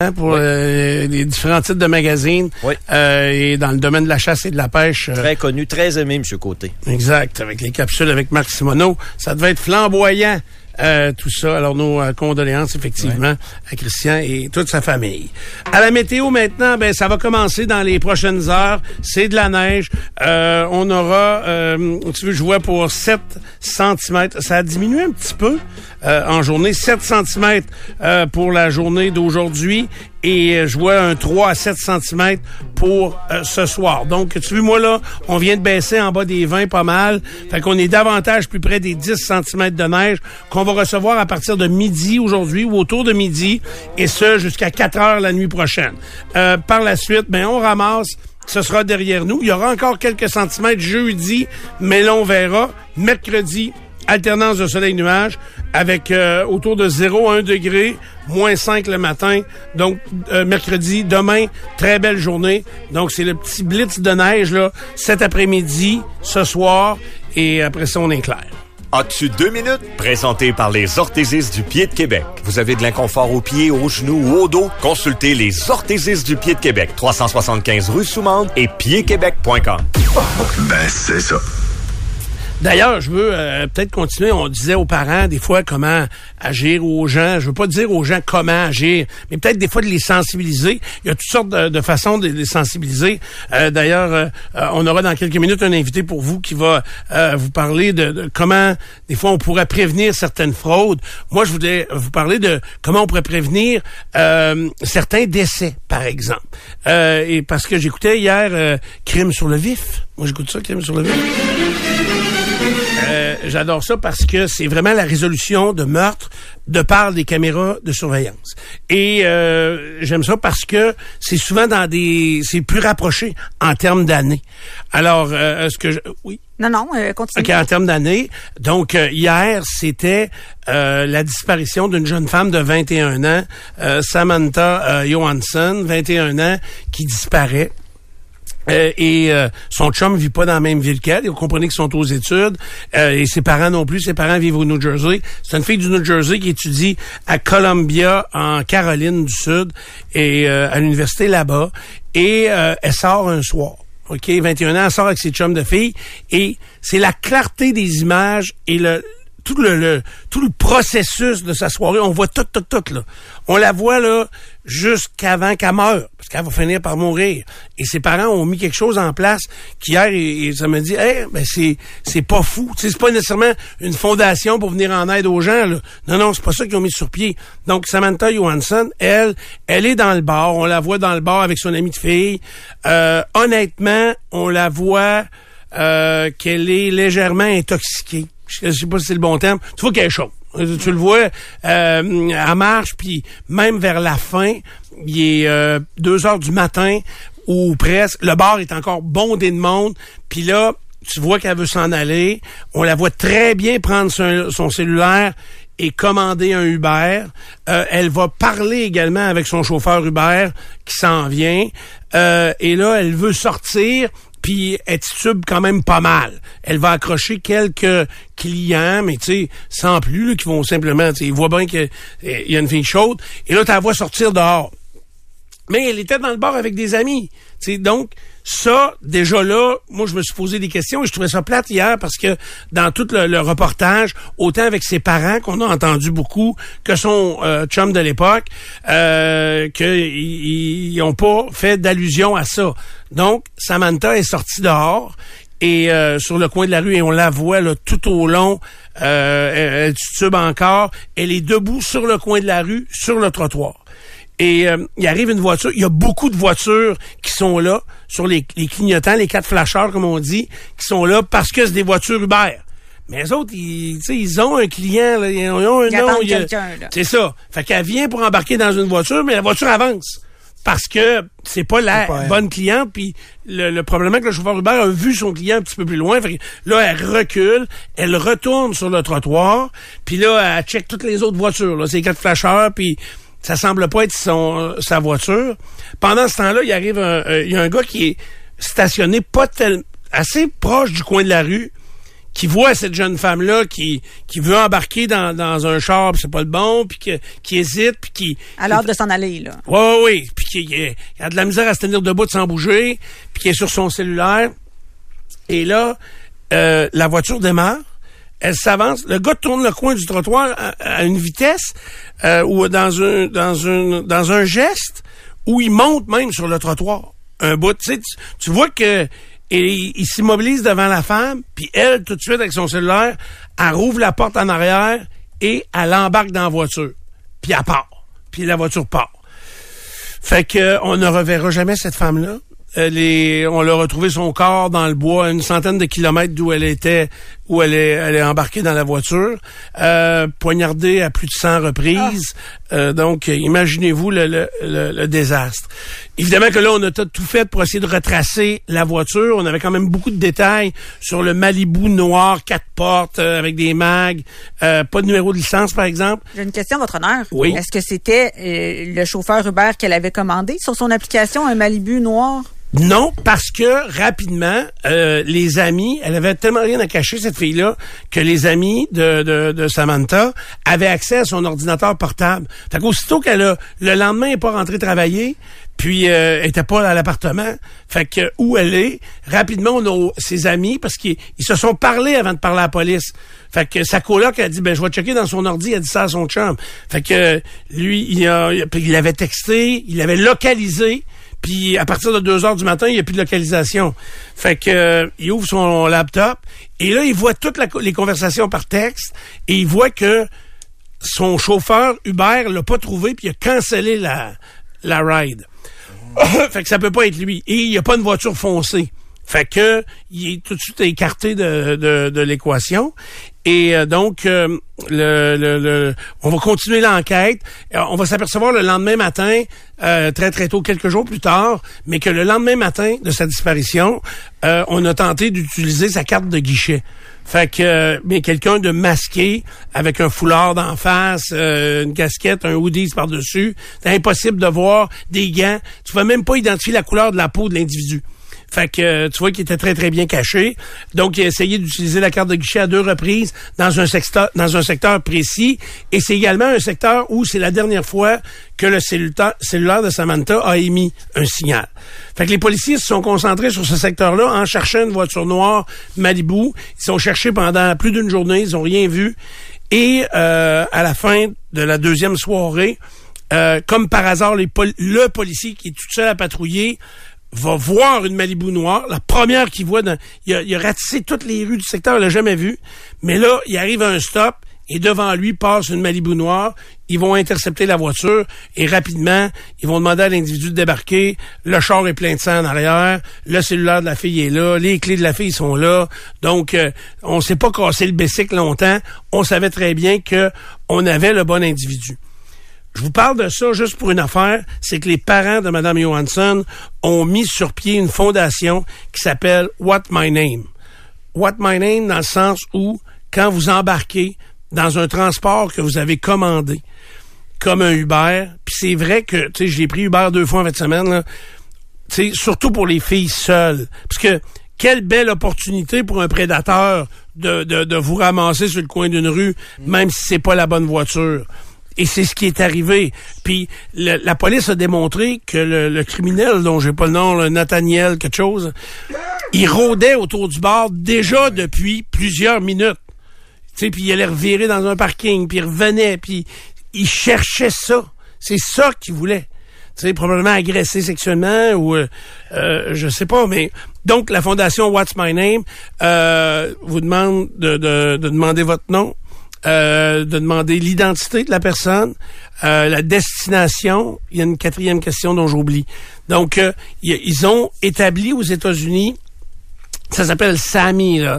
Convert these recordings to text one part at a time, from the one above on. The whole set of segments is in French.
pour les différents titres de magazines. Oui. Et dans le domaine de la chasse et de la pêche. Très connu, très aimé, M. Côté. Exact. Avec les capsules avec Marc Simoneau. Ça devait être flamboyant. Tout ça. Alors, nos condoléances, effectivement, à Christian et toute sa famille. À la météo, maintenant, ça va commencer dans les prochaines heures. C'est de la neige. On aura, je vois pour 7 cm. Ça a diminué un petit peu en journée. 7 cm pour la journée d'aujourd'hui. Et je vois un 3 à 7 cm pour ce soir. Donc, tu vois, moi, là, on vient de baisser en bas des 20 pas mal. Fait qu'on est davantage plus près des 10 cm de neige qu'on va recevoir à partir de midi aujourd'hui ou autour de midi. Et ce, jusqu'à 4 heures la nuit prochaine. Par la suite, on ramasse. Ce sera derrière nous. Il y aura encore quelques centimètres jeudi, mais là, on verra. Mercredi, alternance de soleil-nuage avec autour de 0 à 1 degré, moins 5 le matin. Donc, mercredi, demain, très belle journée. Donc, c'est le petit blitz de neige, là, cet après-midi, ce soir, et après ça, on est clair. As-tu 2 minutes? Présenté par les orthésistes du pied de Québec. Vous avez de l'inconfort aux pieds, aux genoux ou au dos? Consultez les orthésistes du pied de Québec. 375 rue Soumande et piedquebec.com. C'est ça. D'ailleurs, je veux peut-être continuer. On disait aux parents, des fois, comment agir aux gens. Je veux pas dire aux gens comment agir, mais peut-être des fois de les sensibiliser. Il y a toutes sortes de façons de les sensibiliser. D'ailleurs, on aura dans quelques minutes un invité pour vous qui va vous parler de comment, des fois, on pourrait prévenir certaines fraudes. Moi, je voulais vous parler de comment on pourrait prévenir certains décès, par exemple. Et parce que j'écoutais hier Crime sur le vif. Moi, j'écoute ça, Crime sur le vif. J'adore ça parce que c'est vraiment la résolution de meurtre de par des caméras de surveillance. Et j'aime ça parce que c'est souvent c'est plus rapproché en termes d'années. Alors, oui. Non, continue. OK, en termes d'années. Donc, hier, c'était la disparition d'une jeune femme de 21 ans, Samantha Johansson, 21 ans, qui disparaît. Et son chum vit pas dans la même ville qu'elle. Vous comprenez qu'ils sont aux études. Et ses parents non plus. Ses parents vivent au New Jersey. C'est une fille du New Jersey qui étudie à Columbia, en Caroline du Sud, et à l'université là-bas. Et elle sort un soir. OK, 21 ans, elle sort avec ses chums de filles. Et c'est la clarté des images et tout le processus de sa soirée. On voit tout, là. On la voit, là, jusqu'avant qu'elle meure, parce qu'elle va finir par mourir. Et ses parents ont mis quelque chose en place qu'hier, et ça me dit, c'est pas fou. Tu sais, c'est pas nécessairement une fondation pour venir en aide aux gens, là. Non, c'est pas ça qu'ils ont mis sur pied. Donc, Samantha Johansson, elle est dans le bar. On la voit dans le bar avec son amie de fille. Honnêtement, on la voit qu'elle est légèrement intoxiquée. Je sais pas si c'est le bon terme. Tu vois qu'elle est chaude. Tu le vois, elle marche, puis même vers la fin, il est 2 heures du matin ou presque. Le bar est encore bondé de monde. Puis là, tu vois qu'elle veut s'en aller. On la voit très bien prendre son cellulaire et commander un Uber. Elle va parler également avec son chauffeur Uber qui s'en vient. Et là, elle veut sortir. Puis elle titube quand même pas mal. Elle va accrocher quelques clients, mais tu sais, sans plus, là, qui vont simplement, tu sais, ils voient bien qu'il y a une fille chaude. Et là, tu la vois sortir dehors. Mais elle était dans le bar avec des amis. Tu sais, donc, ça, déjà là, moi, je me suis posé des questions et je trouvais ça plate hier parce que dans tout le reportage, autant avec ses parents, qu'on a entendu beaucoup, que son chum de l'époque, qu'ils n'ont pas fait d'allusion à ça. Donc, Samantha est sortie dehors et sur le coin de la rue et on la voit là tout au long. Elle titube encore. Elle est debout sur le coin de la rue, sur le trottoir. Et il arrive une voiture. Il y a beaucoup de voitures qui sont là, sur les clignotants, les 4 flasheurs, comme on dit, qui sont là parce que c'est des voitures Uber. Mais les autres, ils ont un client, là, ils ont un nom. C'est ça. Fait qu'elle vient pour embarquer dans une voiture, mais la voiture avance. Parce que c'est pas la bonne cliente, puis le probablement que le chauffeur Uber a vu son client un petit peu plus loin. Fait que là, elle recule, elle retourne sur le trottoir, puis là, elle check toutes les autres voitures. Là, c'est 4 flasheurs, puis ça semble pas être sa voiture. Pendant ce temps-là, il arrive il y a un gars qui est stationné assez proche du coin de la rue, qui voit cette jeune femme-là qui veut embarquer dans un char, pis c'est pas le bon, puis qui hésite, puis qui... À l'heure de s'en aller, là. Oui, puis qui a de la misère à se tenir debout sans bouger, puis qui est sur son cellulaire. Et là, la voiture démarre, elle s'avance, le gars tourne le coin du trottoir à une vitesse ou dans un geste où il monte même sur le trottoir. Un bout, tu vois que il s'immobilise devant la femme, puis elle, tout de suite, avec son cellulaire, elle rouvre la porte en arrière et elle embarque dans la voiture. Puis elle part. Puis la voiture part. Fait que on ne reverra jamais cette femme-là. On l'a retrouvé son corps dans le bois à une centaine de kilomètres d'où elle était, où elle est embarquée dans la voiture, poignardée à plus de 100 reprises. Donc, imaginez-vous le désastre. Évidemment que là, on a tout fait pour essayer de retracer la voiture. On avait quand même beaucoup de détails sur le Malibu noir, 4 portes, avec des mags, pas de numéro de licence, par exemple. J'ai une question, votre honneur. Oui. Est-ce que c'était le chauffeur Uber qu'elle avait commandé sur son application, un Malibu noir? Non, parce que rapidement, les amis, elle avait tellement rien à cacher, cette fille-là, que les amis de Samantha avaient accès à son ordinateur portable. Fait qu'aussitôt le lendemain, elle n'est pas rentrée travailler, puis elle était pas à l'appartement. Fait que où elle est, rapidement, on a ses amis, parce qu'ils se sont parlé avant de parler à la police. Fait que sa coloc a dit, je vais checker dans son ordi, elle a dit ça à son chum. Fait que lui, il avait texté, il avait localisé. Puis à partir de 2h du matin, il n'y a plus de localisation. Fait que il ouvre son laptop et là, il voit toutes les conversations par texte et il voit que son chauffeur Uber l'a pas trouvé puis il a cancellé la ride. Fait que ça peut pas être lui. Et il n'y a pas une voiture foncée. Fait que il est tout de suite écarté de l'équation. Et donc, on va continuer l'enquête. On va s'apercevoir le lendemain matin, très très tôt, quelques jours plus tard, mais que le lendemain matin de sa disparition, on a tenté d'utiliser sa carte de guichet. Fait que, mais quelqu'un de masqué, avec un foulard d'en face, une casquette, un hoodie par-dessus, c'est impossible de voir, des gants. Tu vas même pas identifier la couleur de la peau de l'individu. Fait que tu vois qu'il était très très bien caché. Donc il a essayé d'utiliser la carte de guichet à 2 reprises dans un secteur précis, et c'est également un secteur où c'est la dernière fois que le cellulaire de Samantha a émis un signal. Fait que les policiers se sont concentrés sur ce secteur-là en cherchant une voiture noire Malibu. Ils ont cherché pendant plus d'une journée, ils ont rien vu. Et à la fin de la deuxième soirée, comme par hasard, le policier qui est tout seul à patrouiller va voir une Malibu noire, la première qu'il voit. Il a ratissé toutes les rues du secteur, il l'a jamais vu. Mais là, il arrive à un stop et devant lui passe une Malibu noire. Ils vont intercepter la voiture et rapidement, ils vont demander à l'individu de débarquer. Le char est plein de sang en arrière. Le cellulaire de la fille est là. Les clés de la fille sont là. Donc, on s'est pas cassé le bicycle longtemps. On savait très bien que on avait le bon individu. Je vous parle de ça juste pour une affaire, c'est que les parents de Mme Johansson ont mis sur pied une fondation qui s'appelle What My Name. What My Name dans le sens où, quand vous embarquez dans un transport que vous avez commandé, comme un Uber, puis c'est vrai que, tu sais, j'ai pris Uber 2 fois en fin de semaine, là, tu sais, surtout pour les filles seules, parce que quelle belle opportunité pour un prédateur de vous ramasser sur le coin d'une rue, même si c'est pas la bonne voiture. Et c'est ce qui est arrivé. Puis la police a démontré que le criminel, dont j'ai pas le nom, là, Nathaniel quelque chose, il rôdait autour du bar déjà depuis plusieurs minutes. Tu sais, puis il allait revirer dans un parking, puis il revenait, puis il cherchait ça. C'est ça qu'il voulait. Tu sais, probablement agresser sexuellement ou je sais pas, mais donc la fondation What's My Name vous demande de demander votre nom. De demander l'identité de la personne, la destination. Il y a une 4e question dont j'oublie. Donc, ils ont établi aux États-Unis, ça s'appelle SAMI, là,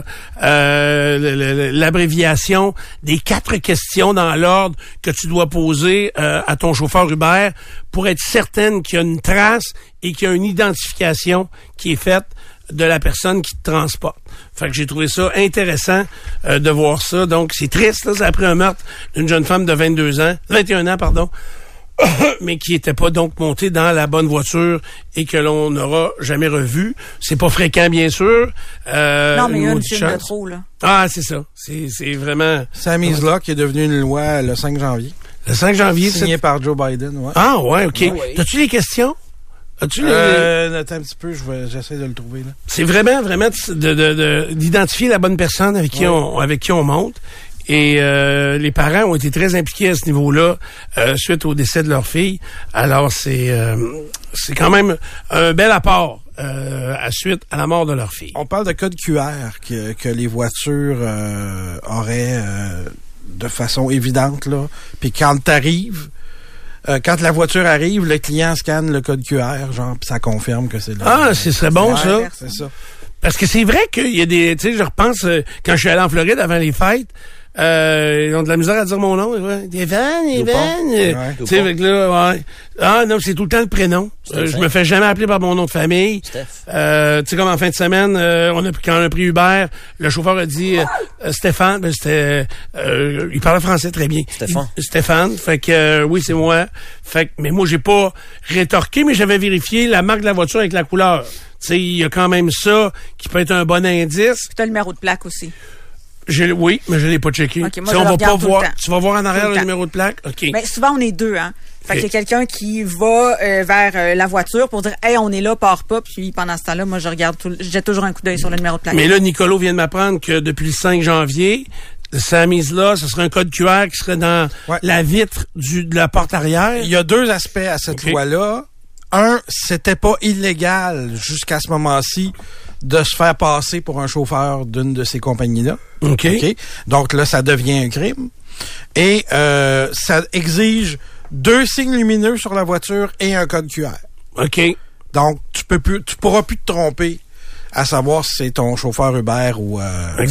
l'abréviation des 4 questions dans l'ordre que tu dois poser à ton chauffeur Uber pour être certaine qu'il y a une trace et qu'il y a une identification qui est faite de la personne qui te transporte. Fait que j'ai trouvé ça intéressant de voir ça. Donc, c'est triste, là, ça a pris un meurtre d'une jeune femme de 21 ans, pardon. mais qui n'était pas donc monté dans la bonne voiture et que l'on n'aura jamais revu. C'est pas fréquent, bien sûr. Non, mais il y a une film de trop, là. Ah, c'est ça. C'est vraiment... Sammy's Law qui est devenu une loi le 5 janvier. Le 5 janvier. Signé par Joe Biden, ouais. Ah, ouais, OK. Ah, ouais. T'as-tu les questions? As-tu Attends un petit peu, j'essaie de le trouver, là. C'est vraiment d'identifier la bonne personne avec qui on monte. Et les parents ont été très impliqués à ce niveau-là suite au décès de leur fille. Alors, c'est quand même un bel apport suite à la mort de leur fille. On parle de code QR que les voitures auraient de façon évidente, là. Puis quand t'arrives, quand la voiture arrive, le client scanne le code QR, genre, puis ça confirme que c'est là. Ah, ce serait bon, ça. C'est ça. Parce que c'est vrai qu'il y a des... Tu sais, je repense, quand je suis allé en Floride avant les fêtes, ils ont de la misère à dire mon nom. Evan. Tu sais, avec là, ouais. Ah non, c'est tout le temps le prénom. Je me fais jamais appeler par mon nom de famille. Steph. Tu sais, comme en fin de semaine, quand on a pris Uber, le chauffeur a dit Stéphane. Ben, c'était, il parlait français très bien. Stéphane. Fait que oui, c'est moi. Fait que, mais moi, j'ai pas rétorqué, mais j'avais vérifié la marque de la voiture avec la couleur. Tu sais, il y a quand même ça qui peut être un bon indice. Puis t'as le numéro de plaque aussi. Oui, mais je l'ai pas checké. Okay, moi, on va pas voir. Tu vas voir en arrière le numéro de plaque. OK. Mais souvent on est deux, hein. Fait qu'il y a quelqu'un qui va vers la voiture pour dire hey, on est là, pars pas, puis pendant ce temps-là, moi je jette toujours un coup d'œil sur le numéro de plaque. Mais là, Nicolo vient de m'apprendre que depuis le 5 janvier, Sammy's Law, ce serait un code QR qui serait dans la vitre de la porte arrière. Il y a deux aspects à cette loi-là. Un, c'était pas illégal jusqu'à ce moment-ci de se faire passer pour un chauffeur d'une de ces compagnies-là. OK. Donc là, ça devient un crime. Et ça exige 2 signes lumineux sur la voiture et un code QR. OK. Donc, tu pourras plus te tromper à savoir si c'est ton chauffeur Uber ou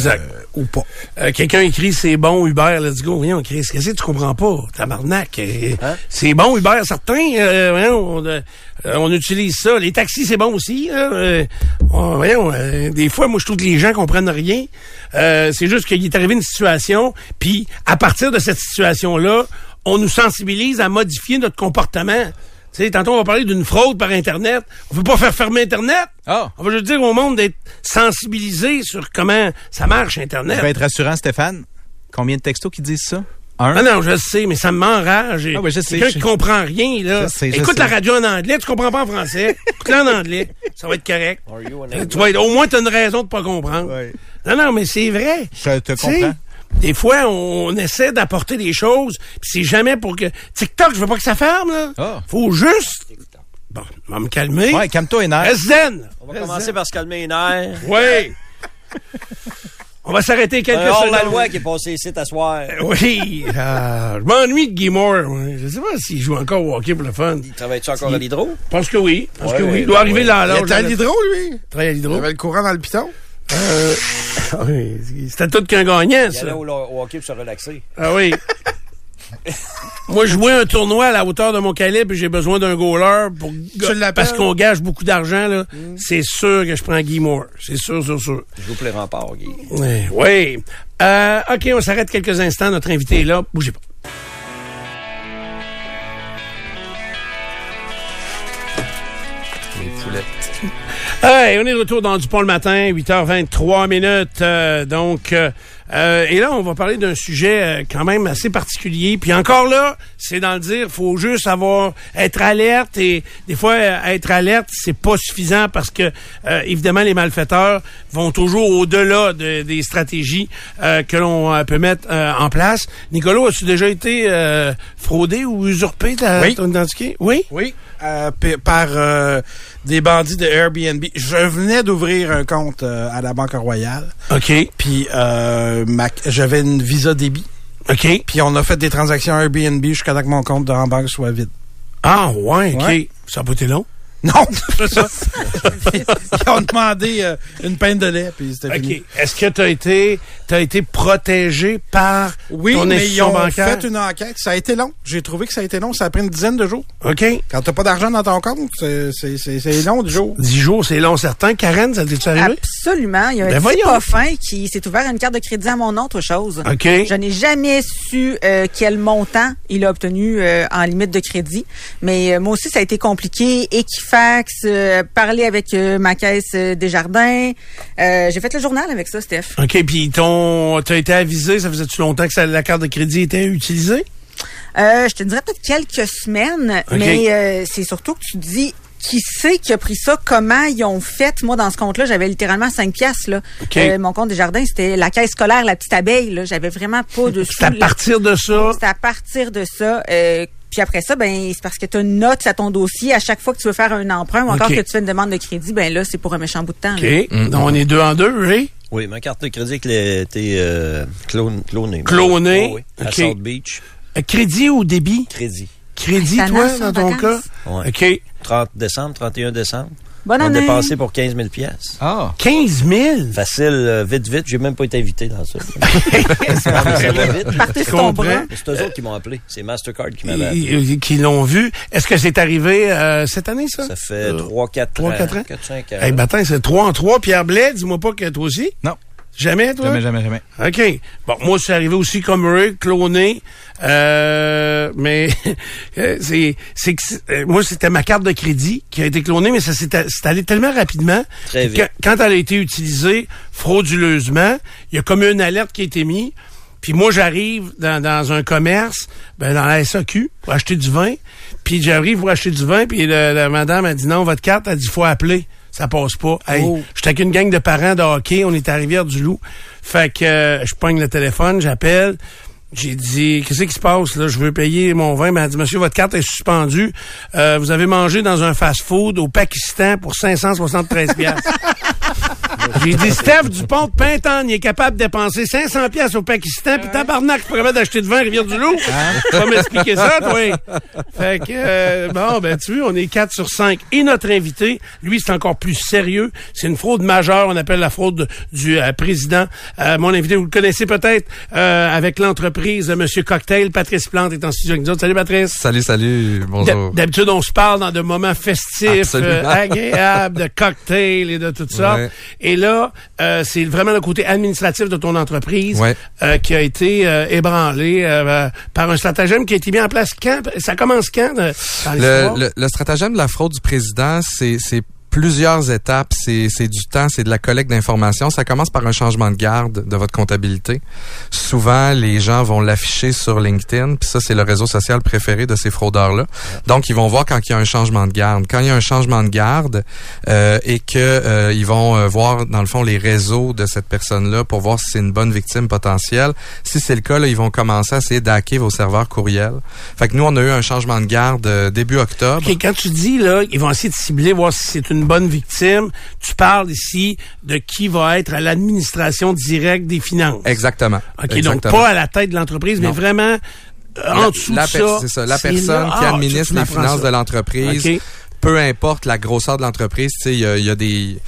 pas. Quelqu'un écrit c'est bon Uber, let's go. Voyons, Chris, qu'est-ce que tu comprends pas? Tabarnak. C'est bon Uber, certains. On utilise ça. Les taxis, c'est bon aussi. Voyons, des fois, moi, je trouve que les gens comprennent rien. C'est juste qu'il est arrivé une situation, puis à partir de cette situation-là, on nous sensibilise à modifier notre comportement. Tu sais, tantôt, on va parler d'une fraude par Internet. On veut pas faire fermer Internet. On va juste dire au monde d'être sensibilisé sur comment ça marche, Internet. Ça va être rassurant, Stéphane. Combien de textos qui disent ça? Ah non, je sais, mais ça m'enrage. Ah oui, je sais. Quelqu'un qui comprend rien, là. Écoute la radio en anglais, tu comprends pas en français. Écoute-la en anglais. Ça va être correct. Au moins, t'as une raison de pas comprendre. Ouais. Non, mais c'est vrai. Je te comprends. Des fois, on essaie d'apporter des choses, puis c'est jamais pour que... TikTok, je veux pas que ça ferme, là. Faut juste... Bon, on va me calmer. Ouais, calme-toi les nerfs. Reste zen. On va commencer par se calmer les nerfs. Oui. On va s'arrêter quelques secondes. La loi qui est passée ici à soir. Oui. Je m'ennuie de Guy Moore. Je sais pas s'il joue encore au hockey pour le fun. Il travaille-tu encore à l'hydro? Je pense que oui. Il doit arriver là. Il était à l'hydro, lui. Il travaille à l'hydro. Il avait le courant dans le piton. Oui, c'était tout qu'un gagnant, ça. Il allait au hockey pour se relaxer. Ah oui. Moi, je jouais un tournoi à la hauteur de mon calibre et j'ai besoin d'un goaler parce qu'on gage beaucoup d'argent, là. C'est sûr que je prends Guy Moore. C'est sûr. Je vous pour les remparts, Guy. Oui. OK, on s'arrête quelques instants. Notre invité est là. Bougez pas. Les poulettes. Hey, on est de retour dans Dupont le matin, 8h23 minutes. Et là, on va parler d'un sujet quand même assez particulier. Puis encore là, c'est dans le dire, faut juste être alerte. Et des fois, être alerte, c'est pas suffisant parce que, évidemment, les malfaiteurs vont toujours au-delà des stratégies que l'on peut mettre en place. Nicolas, as-tu déjà été fraudé ou usurpé ton identité? Oui? Oui. Par des bandits de Airbnb. Je venais d'ouvrir un compte à la Banque Royale. OK. Puis j'avais une Visa débit. OK. Puis on a fait des transactions Airbnb jusqu'à temps que mon compte en banque soit vide. Ah, ouais, OK. Ça a pas été long? Non, c'est ça. Ils ont demandé une pinte de lait, puis c'était fini. OK. Est-ce que t'as été protégé par Oui, ton mais ils institution ont bancaire? fait une enquête. Ça a été long. J'ai trouvé que ça a été long. Ça a pris une dizaine de jours. OK. Quand t'as pas d'argent dans ton compte, c'est long, 10 jours. 10 jours, c'est long, certain. Karen, ça t'est-tu arrivé? Absolument. Il y a un Ben petit voyons. pas fin qui s'est ouvert une carte de crédit à mon nom, autre chose. OK. Je n'ai jamais su quel montant il a obtenu en limite de crédit. Mais moi aussi, ça a été compliqué. Equifax, parler avec ma caisse Desjardins. J'ai fait le journal avec ça, Steph. OK, puis t'as été avisé, ça faisait-tu longtemps que la carte de crédit était utilisée? Je te dirais peut-être quelques semaines, OK. mais c'est surtout que tu te dis qui c'est qui a pris ça, comment ils ont fait. Moi, dans ce compte-là, j'avais littéralement 5 piastres. Là. OK. Mon compte Desjardins, c'était la caisse scolaire, la petite abeille. Là. J'avais vraiment pas de sous. C'est à partir de ça. C'est à partir de ça. Puis après ça, ben c'est parce que tu as une note à ton dossier. À chaque fois que tu veux faire un emprunt ou encore OK. que tu fais une demande de crédit, ben là, c'est pour un méchant bout de temps. OK. Là. Donc, on est 2 en 2, oui? Oui, ma carte de crédit a été clonée. Clonée. Oui, à OK. South Beach. Crédit ou débit? Crédit. Crédit, Ça toi, annonce dans en ton vacances. cas? Ouais. OK. 31 décembre. Bonne On a année. dépensé pour 15 000 piastres. Ah. 15 000? Facile, vite. J'ai même pas été invité dans ça. Ça va vite. Partez sur ton comprends. bras. C'est eux autres qui m'ont appelé. C'est Mastercard qui m'avait appelé. Qui l'ont vu. Est-ce que c'est arrivé cette année, ça? Ça fait 3-4 ans. 3-4 ans? 4-5 ans. Eh ben, attends, c'est 3 en 3. Pierre Blais, dis-moi pas que toi aussi? Non. Jamais, toi? Jamais. OK. Bon, moi, c'est arrivé aussi comme eux, cloné. Mais moi, c'était ma carte de crédit qui a été clonée, mais ça c'est allé tellement rapidement. Très vite. Quand elle a été utilisée frauduleusement, il y a comme une alerte qui a été mise. Puis moi, j'arrive dans un commerce, dans la SAQ, pour acheter du vin. Puis j'arrive pour acheter du vin, puis la madame a dit non, votre carte, elle dit faut appeler. Ça passe pas. Hey, j'étais avec une gang de parents de hockey, on est à Rivière-du-Loup. Fait que je pogne le téléphone, j'appelle. J'ai dit, qu'est-ce qui se passe, là? Je veux payer mon vin. Ben, elle dit, monsieur, votre carte est suspendue. Vous avez mangé dans un fast-food au Pakistan pour 573 piastres. J'ai dit, Steph Dupont de Pintonne, il est capable de dépenser 500 piastres au Pakistan, puis tabarnak, je pourrais d'acheter du vin à Rivière-du-Loup. Tu vas m'expliquer ça, toi? Fait que, bon, ben, tu vois, on est 4 sur 5. Et notre invité, lui, c'est encore plus sérieux. C'est une fraude majeure. On appelle la fraude du président. Mon invité, vous le connaissez peut-être, avec l'entreprise Monsieur Cocktail. Patrice Plante est en studio avec nous autres. Salut, Patrice. Salut, bonjour. D'habitude, on se parle dans de moments festifs, agréables, de cocktails et de toutes sortes. Ouais. Et là, c'est vraiment le côté administratif de ton entreprise Ouais. qui a été ébranlé par un stratagème qui a été mis en place quand? Ça commence quand dans l'histoire? Le stratagème de la fraude du président, c'est plusieurs étapes, c'est du temps, c'est de la collecte d'informations. Ça commence par un changement de garde de votre comptabilité. Souvent, les gens vont l'afficher sur LinkedIn, puis ça, c'est le réseau social préféré de ces fraudeurs-là. Donc, ils vont voir quand il y a un changement de garde. Quand il y a un changement de garde et que ils vont voir, dans le fond, les réseaux de cette personne-là pour voir si c'est une bonne victime potentielle. Si c'est le cas, là, ils vont commencer à essayer d'hacker vos serveurs courriels. Fait que nous, on a eu un changement de garde début octobre. Okay, quand tu dis, là, ils vont essayer de cibler, voir si c'est une bonne victime, tu parles ici de qui va être à l'administration directe des finances. Exactement. OK, Exactement. donc pas à la tête de l'entreprise, mais vraiment en dessous de ça. C'est ça. La c'est personne là. qui Ah, administre tu les m'apprends finances ça. de l'entreprise. OK. Peu importe la grosseur de l'entreprise, tu sais, il y a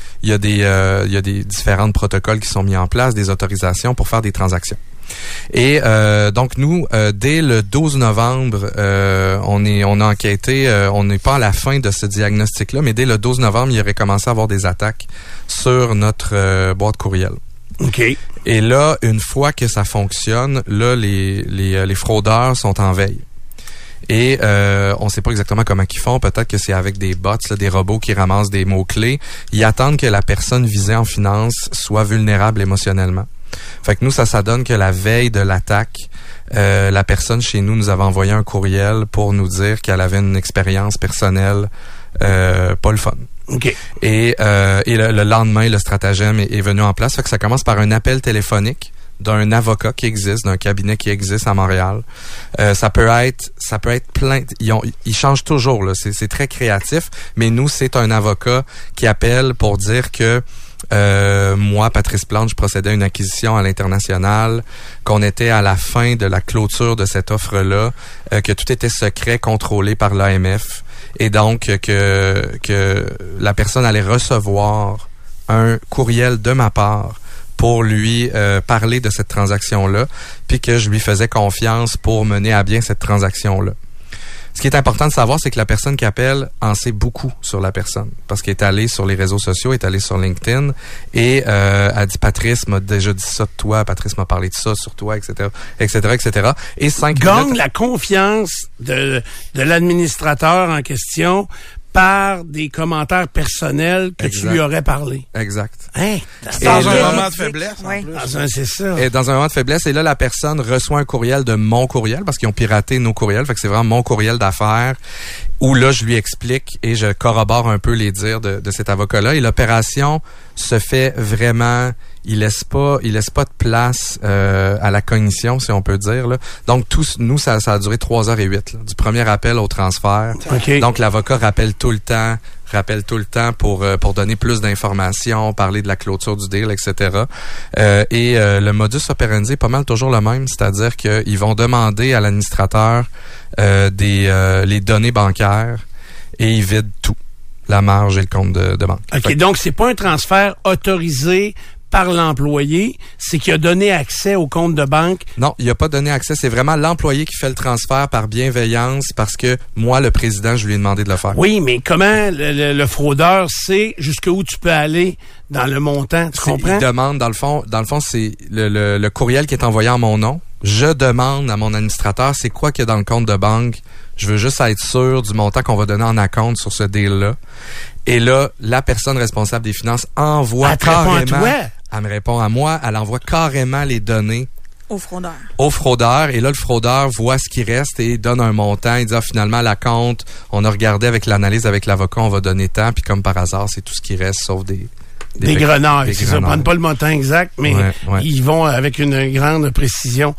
des différents protocoles qui sont mis en place, des autorisations pour faire des transactions. Et donc nous, dès le 12 novembre, on a enquêté. On n'est pas à la fin de ce diagnostic-là, mais dès le 12 novembre, il aurait commencé à avoir des attaques sur notre boîte courriel. OK. Et là, une fois que ça fonctionne, là, les fraudeurs sont en veille. Et on sait pas exactement comment ils font. Peut-être que c'est avec des bots, là, des robots qui ramassent des mots-clés. Ils attendent que la personne visée en finance soit vulnérable émotionnellement. Fait que nous, ça donne que la veille de l'attaque, la personne chez nous avait envoyé un courriel pour nous dire qu'elle avait une expérience personnelle pas le fun. OK. Et le lendemain, le stratagème est venu en place. Fait que ça commence par un appel téléphonique d'un avocat qui existe, d'un cabinet qui existe à Montréal. Ça peut être plein. Ils changent toujours, là. C'est très créatif. Mais nous, c'est un avocat qui appelle pour dire que moi, Patrice Plante, je procédais à une acquisition à l'international, qu'on était à la fin de la clôture de cette offre-là, que tout était secret, contrôlé par l'AMF, Et donc, que la personne allait recevoir un courriel de ma part pour lui parler de cette transaction-là, puis que je lui faisais confiance pour mener à bien cette transaction-là. Ce qui est important de savoir, c'est que la personne qui appelle en sait beaucoup sur la personne, parce qu'elle est allée sur les réseaux sociaux, est allée sur LinkedIn, et a dit « Patrice m'a déjà dit ça de toi, Patrice m'a parlé de ça sur toi, etc., etc., etc. » Et 5 gagne minutes... la confiance de l'administrateur en question par des commentaires personnels que tu lui aurais parlé. Exact. Hein? Dans un moment de faiblesse. Oui. C'est ça. Et dans un moment de faiblesse, et là, la personne reçoit un courriel de mon courriel, parce qu'ils ont piraté nos courriels, fait que c'est vraiment mon courriel d'affaires, où là, je lui explique et je corrobore un peu les dires de cet avocat-là. Et l'opération se fait vraiment... Il laisse pas de place à la cognition, si on peut dire, là. Donc, nous, ça a duré 3h08, là, du premier appel au transfert. Okay. Donc, l'avocat rappelle tout le temps pour donner plus d'informations, parler de la clôture du deal, etc. Le modus operandi est pas mal toujours le même, c'est-à-dire qu'ils vont demander à l'administrateur les données bancaires et ils vident tout, la marge et le compte de banque. OK, donc c'est pas un transfert autorisé par l'employé, c'est qu'il a donné accès au compte de banque. Non, il a pas donné accès. C'est vraiment l'employé qui fait le transfert par bienveillance parce que moi, le président, je lui ai demandé de le faire. Oui, mais comment le fraudeur sait jusqu'où tu peux aller dans le montant, tu comprends? Il demande, dans le fond, c'est le courriel qui est envoyé en mon nom. Je demande à mon administrateur, c'est quoi qu'il y a dans le compte de banque. Je veux juste être sûr du montant qu'on va donner en acompte sur ce deal-là. Et là, la personne responsable des finances envoie carrément... Elle me répond à moi, elle envoie carrément les données au fraudeur. Au fraudeur. Et là, le fraudeur voit ce qui reste et donne un montant. Il dit, finalement, la compte, on a regardé avec l'analyse avec l'avocat, on va donner tant. Puis comme par hasard, c'est tout ce qui reste, sauf des grenailles. C'est ça, ils prennent pas le montant exact, mais ils vont avec une grande précision.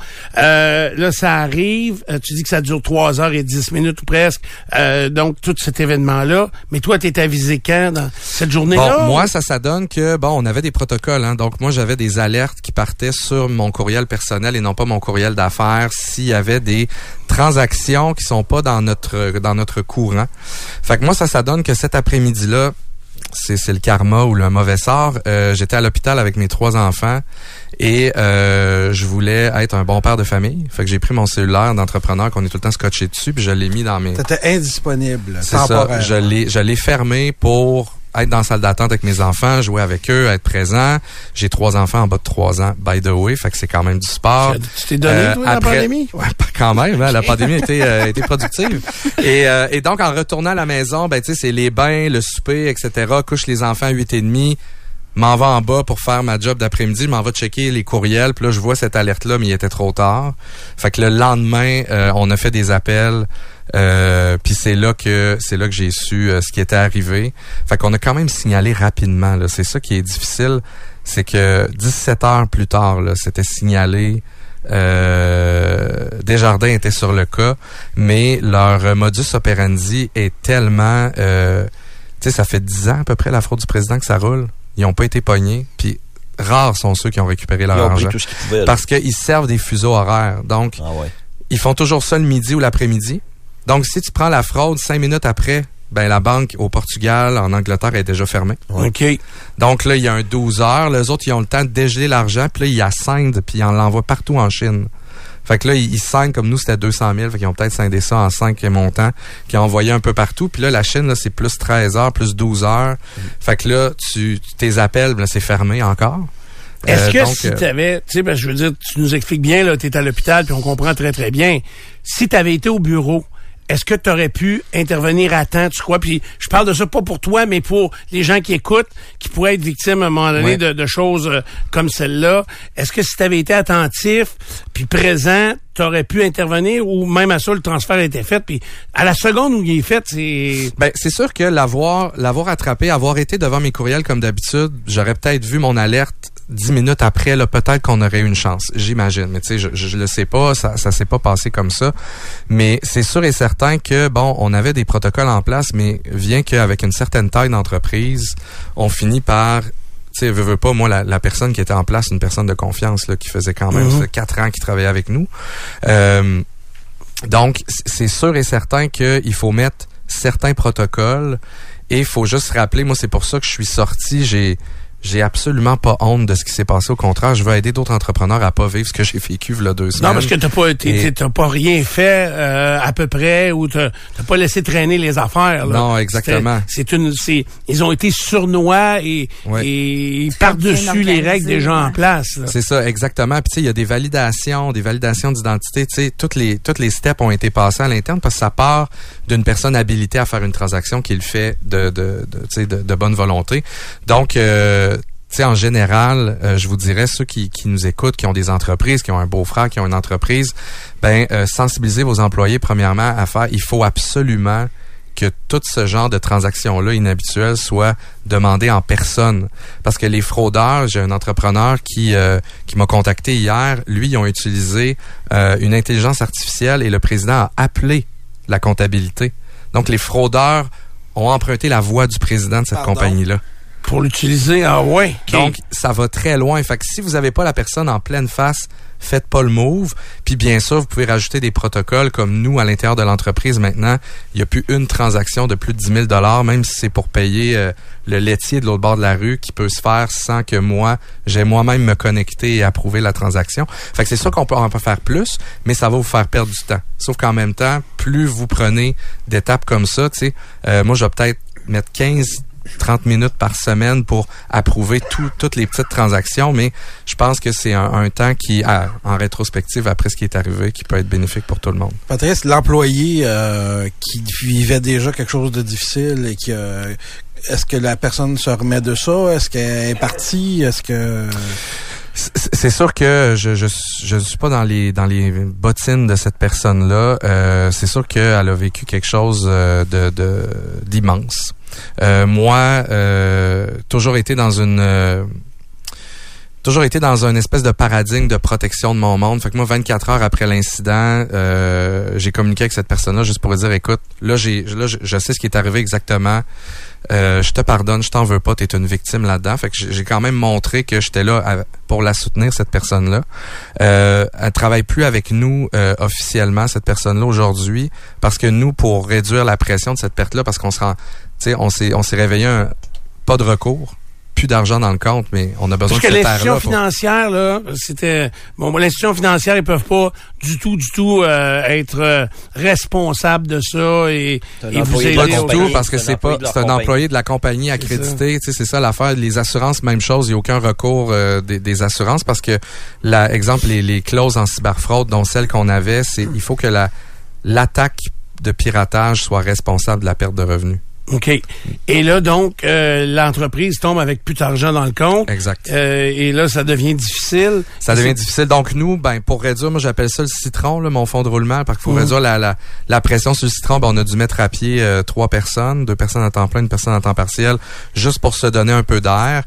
Là, ça arrive. Tu dis que ça dure 3h10 ou presque. Donc, tout cet événement-là. Mais toi, t'es avisé quand dans cette journée-là? Bon, moi, ça donne que, on avait des protocoles, hein. Donc, moi, j'avais des alertes qui partaient sur mon courriel personnel et non pas mon courriel d'affaires s'il y avait des transactions qui sont pas dans notre courant. Fait que moi, ça donne que cet après-midi-là, c'est le karma ou le mauvais sort. J'étais à l'hôpital avec mes 3 enfants et je voulais être un bon père de famille. Fait que j'ai pris mon cellulaire d'entrepreneur qu'on est tout le temps scotché dessus puis je l'ai mis dans mes... C'était indisponible. C'est ça. Je l'ai fermé pour être dans la salle d'attente avec mes enfants, jouer avec eux, être présent. J'ai 3 enfants en bas de 3 ans, by the way, fait que c'est quand même du sport. Tu t'es donné, toi, la pandémie? Ouais, quand même, hein, la pandémie a été productive. Et donc, en retournant à la maison, tu sais, c'est les bains, le souper, etc. Couche les enfants à 8h30. M'en va en bas pour faire ma job d'après-midi, je m'en vais checker les courriels, puis là, je vois cette alerte-là, mais il était trop tard. Fait que le lendemain, on a fait des appels, puis c'est là que j'ai su ce qui était arrivé. Fait qu'on a quand même signalé rapidement, là. C'est ça qui est difficile, c'est que 17 heures plus tard, là, c'était signalé. Desjardins était sur le cas, mais leur modus operandi est tellement... tu sais, ça fait 10 ans à peu près, la fraude du président, que ça roule. Ils n'ont pas été pognés, puis rares sont ceux qui ont récupéré leur argent. Pris tout ce qu'ils pouvaient, parce qu'ils servent des fuseaux horaires. Donc, ils font toujours ça le midi ou l'après-midi. Donc, si tu prends la fraude 5 minutes après, la banque au Portugal, en Angleterre, est déjà fermée. OK. Donc là, il y a un 12 heures. Les autres, ils ont le temps de dégeler l'argent, puis là, ils ascendent, puis ils l'envoient partout en Chine. Fait que là, ils scindent, comme nous, c'était 200 000. Fait qu'ils ont peut-être scindé ça en 5 montants, qui ont envoyé un peu partout. Puis là, la Chine, là, c'est plus 13 heures, plus 12 heures. Fait que là, tes appels, là, c'est fermé encore. Est-ce que si t'avais, tu sais, je veux dire, tu nous expliques bien, là, t'es à l'hôpital, puis on comprend très, très bien. Si t'avais été au bureau, est-ce que tu aurais pu intervenir à temps, tu crois? Puis je parle de ça pas pour toi, mais pour les gens qui écoutent, qui pourraient être victimes à un moment donné de choses comme celle-là. Est-ce que si tu avais été attentif, puis présent, tu aurais pu intervenir ou même à ça, le transfert a été fait? Puis à la seconde où il est fait, c'est... C'est sûr que l'avoir attrapé, avoir été devant mes courriels comme d'habitude, j'aurais peut-être vu mon alerte 10 minutes après, là, peut-être qu'on aurait eu une chance, j'imagine. Mais tu sais, je le sais pas, ça s'est pas passé comme ça. Mais c'est sûr et certain que, on avait des protocoles en place, mais vient qu'avec une certaine taille d'entreprise, on finit par... Tu sais, veux pas, moi, la personne qui était en place, une personne de confiance, là, qui faisait quand même 4 ans qu'il travaillait avec nous. Donc, c'est sûr et certain qu'il faut mettre certains protocoles. Et il faut juste se rappeler, moi, c'est pour ça que je suis sorti. J'ai absolument pas honte de ce qui s'est passé. Au contraire, je veux aider d'autres entrepreneurs à pas vivre ce que j'ai vécu il y a 2 semaines. Non, parce que t'as pas rien fait à peu près, ou t'as pas laissé traîner les affaires. Là. Non, exactement. Ils ont été sournois et par-dessus les règles déjà en place. Là. C'est ça, exactement. Puis tu sais, il y a des validations d'identité. Tu sais, toutes les steps ont été passés à l'interne parce que ça part d'une personne habilitée à faire une transaction qui le fait de bonne volonté. Donc tu sais, en général, je vous dirais, ceux qui nous écoutent, qui ont des entreprises, qui ont un beau-frère, qui ont une entreprise, sensibiliser vos employés, premièrement, à faire, il faut absolument que tout ce genre de transactions-là inhabituelles soit demandé en personne. Parce que les fraudeurs, j'ai un entrepreneur qui m'a contacté hier, lui, ils ont utilisé une intelligence artificielle et le président a appelé la comptabilité. Donc, les fraudeurs ont emprunté la voix du président de cette compagnie-là. Pour l'utiliser, ah ouais. Okay. Donc, ça va très loin. Fait que si vous n'avez pas la personne en pleine face, faites pas le move. Puis bien sûr, vous pouvez rajouter des protocoles comme nous, à l'intérieur de l'entreprise maintenant. Il n'y a plus une transaction de plus de 10 000 $, même si c'est pour payer le laitier de l'autre bord de la rue, qui peut se faire sans que j'ai moi-même me connecter et approuver la transaction. Fait que c'est sûr qu'on peut faire plus, mais ça va vous faire perdre du temps. Sauf qu'en même temps, plus vous prenez d'étapes comme ça, tu sais, moi, je vais peut-être mettre 30 minutes par semaine pour approuver toutes les petites transactions, mais je pense que c'est un temps qui, en rétrospective, après ce qui est arrivé, qui peut être bénéfique pour tout le monde. Patrice, l'employé qui vivait déjà quelque chose de difficile et qui est-ce que la personne se remet de ça? Est-ce qu'elle est partie? Est-ce que... C'est sûr que je suis pas dans les bottines de cette personne-là. C'est sûr qu'elle a vécu quelque chose d'immense. Moi, toujours été dans une espèce de paradigme de protection de mon monde. Fait que moi, 24 heures après l'incident, j'ai communiqué avec cette personne-là juste pour lui dire, écoute, là, je sais ce qui est arrivé exactement. Je te pardonne, je t'en veux pas, t'es une victime là-dedans. Fait que j'ai quand même montré que j'étais là pour la soutenir, cette personne-là. Elle travaille plus avec nous officiellement, cette personne-là, aujourd'hui, parce que nous, pour réduire la pression de cette perte-là, parce qu'on s'est réveillé pas de recours, plus d'argent dans le compte, mais on a besoin de cette terre-là. Parce que l'institution financière, là, c'était... Bon, l'institution financière, ils peuvent pas du tout être responsable de ça et vous aider. Pas du tout, parce que c'est un employé de la compagnie accrédité. Tu sais, c'est ça l'affaire. Les assurances, même chose. Il n'y a aucun recours des assurances parce que, exemple, les clauses en cyberfraude, dont celle qu'on avait, il faut que l'attaque de piratage soit responsable de la perte de revenus. OK. Et là, donc, l'entreprise tombe avec plus d'argent dans le compte. Exact. Et là, ça devient difficile. Ça devient difficile. Donc, nous, pour réduire, moi, j'appelle ça le citron, là, mon fond de roulement, parce qu'il faut réduire la pression sur le citron. On a dû mettre à pied 3 personnes, 2 personnes à temps plein, 1 personne à temps partiel, juste pour se donner un peu d'air.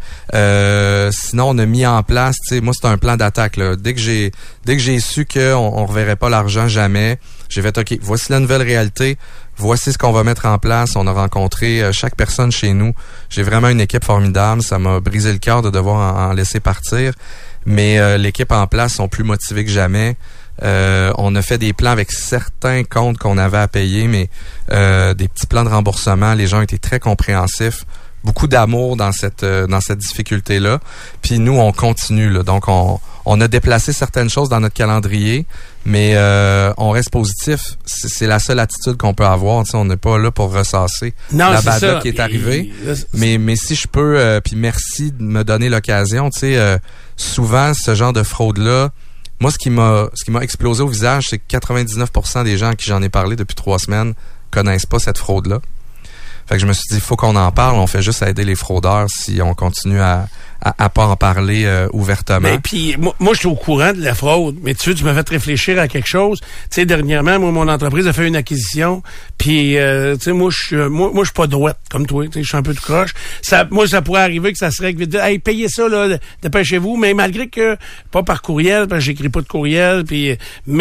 Sinon, on a mis en place, tu sais, moi, c'est un plan d'attaque, là. Dès que j'ai su qu'on reverrait pas l'argent jamais, j'ai fait, OK, voici la nouvelle réalité. Voici ce qu'on va mettre en place. On a rencontré chaque personne chez nous. J'ai vraiment une équipe formidable. Ça m'a brisé le cœur de devoir en laisser partir. Mais l'équipe en place sont plus motivés que jamais. On a fait des plans avec certains comptes qu'on avait à payer, mais des petits plans de remboursement. Les gens étaient très compréhensifs. Beaucoup d'amour dans cette difficulté-là. Puis nous, on continue, là. Donc, on a déplacé certaines choses dans notre calendrier, mais on reste positif. C'est la seule attitude qu'on peut avoir. T'sais, on n'est pas là pour ressasser la bad qui est arrivée. Mais si je peux, puis merci de me donner l'occasion. Souvent, ce genre de fraude-là, moi, ce qui m'a explosé au visage, c'est que 99% des gens à qui j'en ai parlé depuis 3 semaines connaissent pas cette fraude-là. Fait que je me suis dit, il faut qu'on en parle. On fait juste aider les fraudeurs si on continue à pas en parler ouvertement. Mais puis moi je suis au courant de la fraude, mais tu m'as fait réfléchir à quelque chose. Tu sais, dernièrement, moi, mon entreprise a fait une acquisition, puis tu sais, moi je suis pas droite comme toi, tu sais, je suis un peu tout croche. Ça pourrait arriver que ça se règle vite. Hey, payez ça là, dépêchez-vous, mais malgré que pas par courriel, parce que j'écris pas de courriel, puis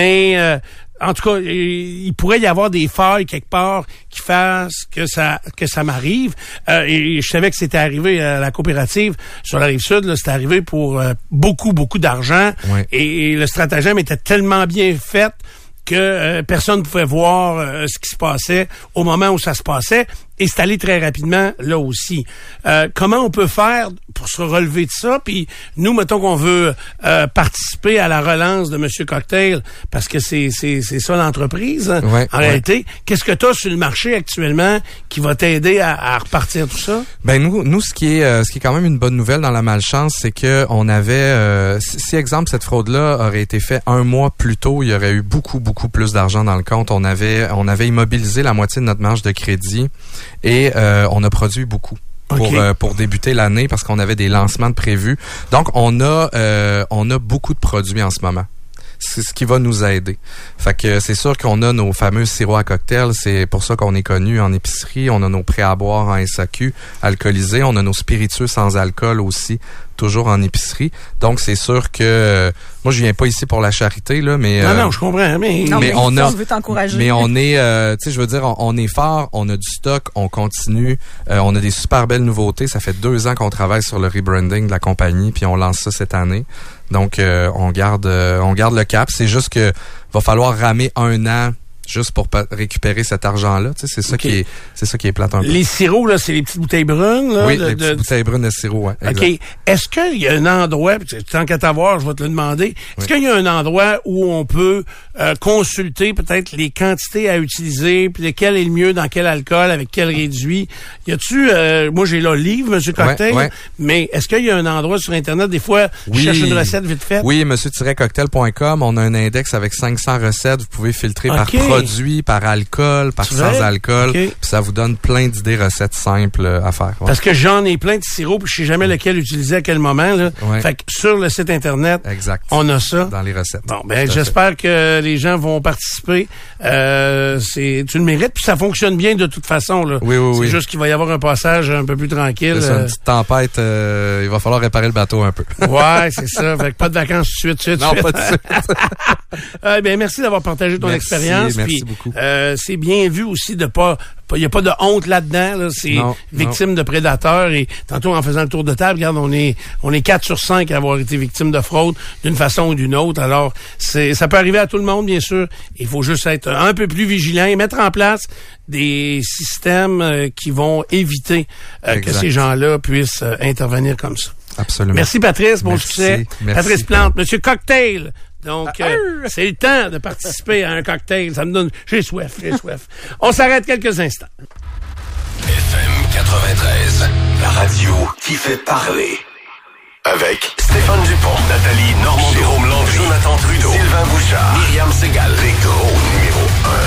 en tout cas, il pourrait y avoir des failles quelque part qui fassent que ça m'arrive. Et je savais que c'était arrivé à la coopérative sur la Rive-Sud. Là, c'était arrivé pour beaucoup d'argent. Ouais. Et le stratagème était tellement bien fait que personne ne pouvait voir ce qui se passait au moment où ça se passait. Et c'est allé très rapidement là aussi. Comment on peut faire pour se relever de ça? Puis nous, mettons qu'on veut participer à la relance de Monsieur Cocktail, parce que c'est ça l'entreprise, Ouais, en réalité. Qu'est-ce que tu as sur le marché actuellement qui va t'aider à repartir tout ça? Ben nous ce qui est quand même une bonne nouvelle dans la malchance, c'est que on avait si exemple cette fraude-là aurait été faite un mois plus tôt, il y aurait eu beaucoup plus d'argent dans le compte. On avait immobilisé la moitié de notre marge de crédit et on a produit beaucoup. Pour débuter l'année parce qu'on avait des lancements de prévus. Donc on a beaucoup de produits en ce moment. C'est ce qui va nous aider. Fait que c'est sûr qu'on a nos fameux sirops à cocktail, c'est pour ça qu'on est connu en épicerie, on a nos prêts à boire en SAQ alcoolisés, on a nos spiritueux sans alcool aussi, toujours en épicerie. Donc c'est sûr que moi je viens pas ici pour la charité là, mais non, je comprends, mais on veut t'encourager. Mais on est tu sais je veux dire on est fort, on a du stock, on continue, on a des super belles nouveautés, ça fait 2 ans qu'on travaille sur le rebranding de la compagnie puis on lance ça cette année. Donc on garde le cap, c'est juste que va falloir ramer 1 an juste pour récupérer cet argent-là. Tu sais, c'est ça qui est plate un peu. Les sirops, là, c'est les petites bouteilles brunes, là? Oui, les petites bouteilles brunes de sirop, ouais. OK. Exact. Est-ce qu'il y a un endroit, tant qu'à t'avoir, je vais te le demander, est-ce qu'il y a un endroit où on peut consulter peut-être les quantités à utiliser, puis lequel est le mieux, dans quel alcool, avec quel réduit? Y a-tu, moi j'ai là le livre, Monsieur Cocktail, mais est-ce qu'il y a un endroit sur Internet, des fois, je cherche une recette vite faite? Oui, monsieur-cocktail.com, on a un index avec 500 recettes, vous pouvez filtrer par produit, par alcool, par sans-alcool, puis ça vous donne plein d'idées recettes simples à faire. Ouais. Parce que j'en ai plein de sirops, puis je sais jamais lequel utiliser à quel moment, là. Fait que sur le site Internet, on a ça. Dans les recettes. Bon, ben j'espère que les gens vont participer. Tu le mérites, puis ça fonctionne bien de toute façon, là. Oui. C'est juste qu'il va y avoir un passage un peu plus tranquille. C'est une petite tempête, il va falloir réparer le bateau un peu. Ouais, c'est ça. Fait que pas de vacances tout de suite. Non, pas de suite. Ben, merci d'avoir partagé ton expérience. Merci beaucoup. C'est bien vu aussi de pas, il n'y a pas de honte là-dedans, là. C'est victime de prédateurs. Et tantôt, en faisant le tour de table, regarde, on est 4 sur 5 à avoir été victime de fraude d'une façon ou d'une autre. Alors, ça peut arriver à tout le monde, bien sûr. Il faut juste être un peu plus vigilant et mettre en place des systèmes qui vont éviter que ces gens-là puissent intervenir comme ça. Absolument. Merci, Patrice. Bon succès. Merci. Patrice Plante, Monsieur Cocktail. Donc, c'est le temps de participer à un cocktail. Ça me donne... J'ai soif. On s'arrête quelques instants. FM 93, la radio qui fait parler. Avec Stéphane Dupont, Nathalie Normando, Jérôme Landry, Jonathan Trudeau, Sylvain Bouchard, Myriam Segal, les gros numéros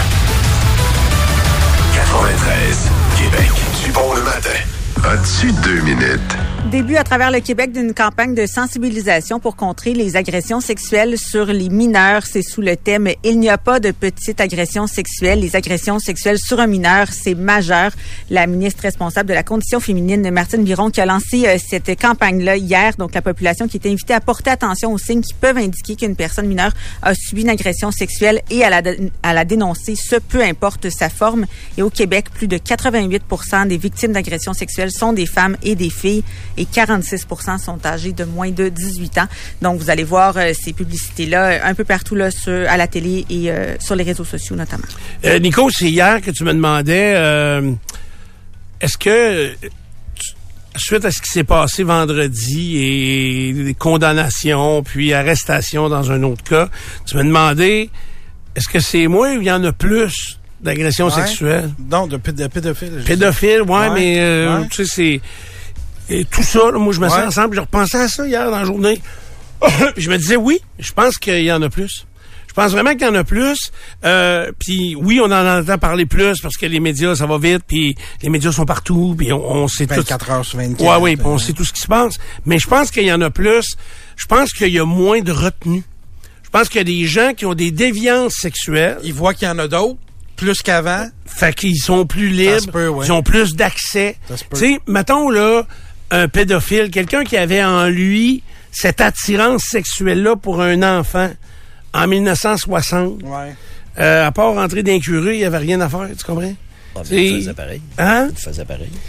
1. 93, Québec, Dupont le matin. As-tu 2 minutes? Début à travers le Québec d'une campagne de sensibilisation pour contrer les agressions sexuelles sur les mineurs. C'est sous le thème « Il n'y a pas de petite agression sexuelle. Les agressions sexuelles sur un mineur, c'est majeur ». La ministre responsable de la condition féminine, Martine Biron, qui a lancé cette campagne-là hier. Donc, la population qui est invitée à porter attention aux signes qui peuvent indiquer qu'une personne mineure a subi une agression sexuelle et à la dénoncer, ce peu importe sa forme. Et au Québec, plus de 88% des victimes d'agressions sexuelles sont des femmes et des filles. Et 46% sont âgés de moins de 18 ans. Donc, vous allez voir ces publicités-là un peu partout là, à la télé et sur les réseaux sociaux notamment. Nico, c'est hier que tu me demandais, est-ce que, suite à ce qui s'est passé vendredi et des condamnations, puis arrestations dans un autre cas, tu me demandais, est-ce que c'est moi ou il y en a plus d'agressions sexuelles? Non, de pédophiles. Pédophiles, mais tu sais, c'est... Et tout ça, là, moi, je me suis ensemble, je repensais à ça hier dans la journée. Puis je me disais, oui, je pense qu'il y en a plus. Je pense vraiment qu'il y en a plus. Puis oui, on en entend parler plus parce que les médias, ça va vite, puis les médias sont partout, puis on sait 24 heures sur 24. Oui, puis on sait tout ce qui se passe. Mais je pense qu'il y en a plus. Je pense qu'il y a moins de retenue. Je pense qu'il y a des gens qui ont des déviances sexuelles. Ils voient qu'il y en a d'autres. Plus qu'avant. Fait qu'ils sont plus libres. Ils ont plus d'accès. Tu sais, mettons, là, un pédophile, quelqu'un qui avait en lui cette attirance sexuelle-là pour un enfant en 1960. À part rentrer dans les curés, il n'y avait rien à faire, tu comprends? Il faisait pareil. Hein? Il faisait pareil.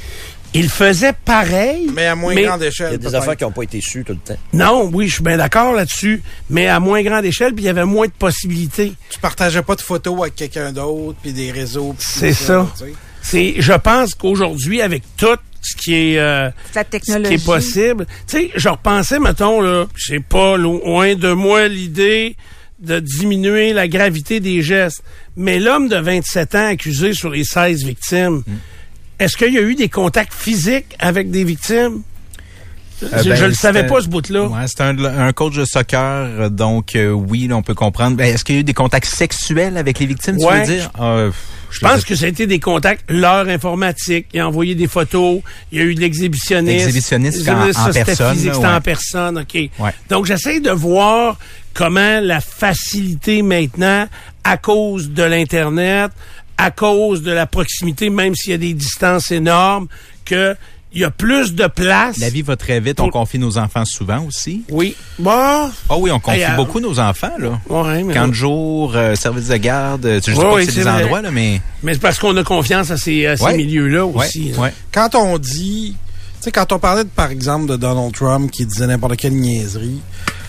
il faisait pareil. Mais à moins grande échelle. Il y a des peut-être. affaires qui n'ont pas été sues tout le temps. Non, oui, je suis bien d'accord là-dessus, mais à moins grande échelle, puis il y avait moins de possibilités. Tu partageais pas de photos avec quelqu'un d'autre, puis des réseaux. Puis C'est tout ça. tu sais. Je pense qu'aujourd'hui, avec tout ce qui est, La ce technologie. qui est possible, tu sais, je repensais, mettons, là, j'ai pas loin de moi l'idée de diminuer la gravité des gestes, mais l'homme de 27 ans accusé sur les 16 victimes, est-ce qu'il y a eu des contacts physiques avec des victimes? Je le savais pas, ce bout-là. Ouais, c'est un coach de soccer, donc oui, là, on peut comprendre. Est-ce qu'il y a eu des contacts sexuels avec les victimes, tu Ouais, veux dire? Je pense que ça a été des contacts, l'heure informatique. Il a envoyé des photos. Il y a eu de l'exhibitionnisme. Exhibitionniste en C'était personne. physique, là, c'était ouais. en personne, OK. Ouais. Donc, j'essaie de voir comment la facilité maintenant, à cause de l'Internet, à cause de la proximité, même s'il y a des distances énormes, que il y a plus de place. La vie va très vite. On confie nos enfants souvent aussi. Oui. Bon. Ah oui, on confie Hey, beaucoup nos enfants, là. Ouais, mais Camp de jour, service de garde. Je dis Ouais, pas oui, que c'est c'est des vrai. endroits, là, mais... Mais c'est parce qu'on a confiance à ces Ouais. milieux-là Ouais, aussi. là. ouais. Quand on dit... Tu sais, quand on parlait, par exemple, de Donald Trump qui disait n'importe quelle niaiserie,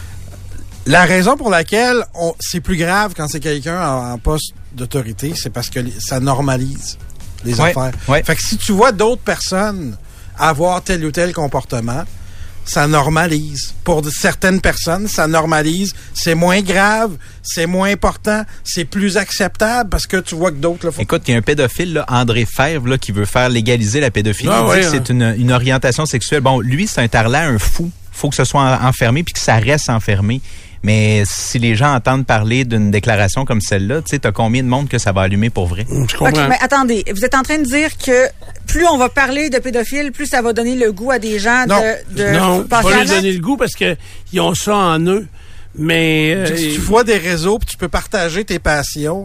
la raison pour laquelle c'est plus grave quand c'est quelqu'un en poste d'autorité, c'est parce que ça normalise les Ouais, affaires. ouais. Fait que si tu vois d'autres personnes avoir tel ou tel comportement, ça normalise. Pour certaines personnes, ça normalise. C'est moins grave, c'est moins important, c'est plus acceptable parce que tu vois que d'autres le font. Écoute, il y a un pédophile, là, André Fèvre, là, qui veut faire légaliser la pédophilie. Ah Il dit ouais, que c'est une orientation sexuelle. Bon, lui, c'est un tarlat, un fou. Faut que ce soit enfermé puis que ça reste enfermé. Mais si les gens entendent parler d'une déclaration comme celle-là, tu sais, t'as combien de monde que ça va allumer pour vrai? Je comprends. OK, mais attendez, vous êtes en train de dire que plus on va parler de pédophiles, plus ça va donner le goût à des gens de Non, passer pas à leur l'acte? donner le goût parce que ils ont ça en eux. Mais Si tu vois des réseaux puis tu peux partager tes passions,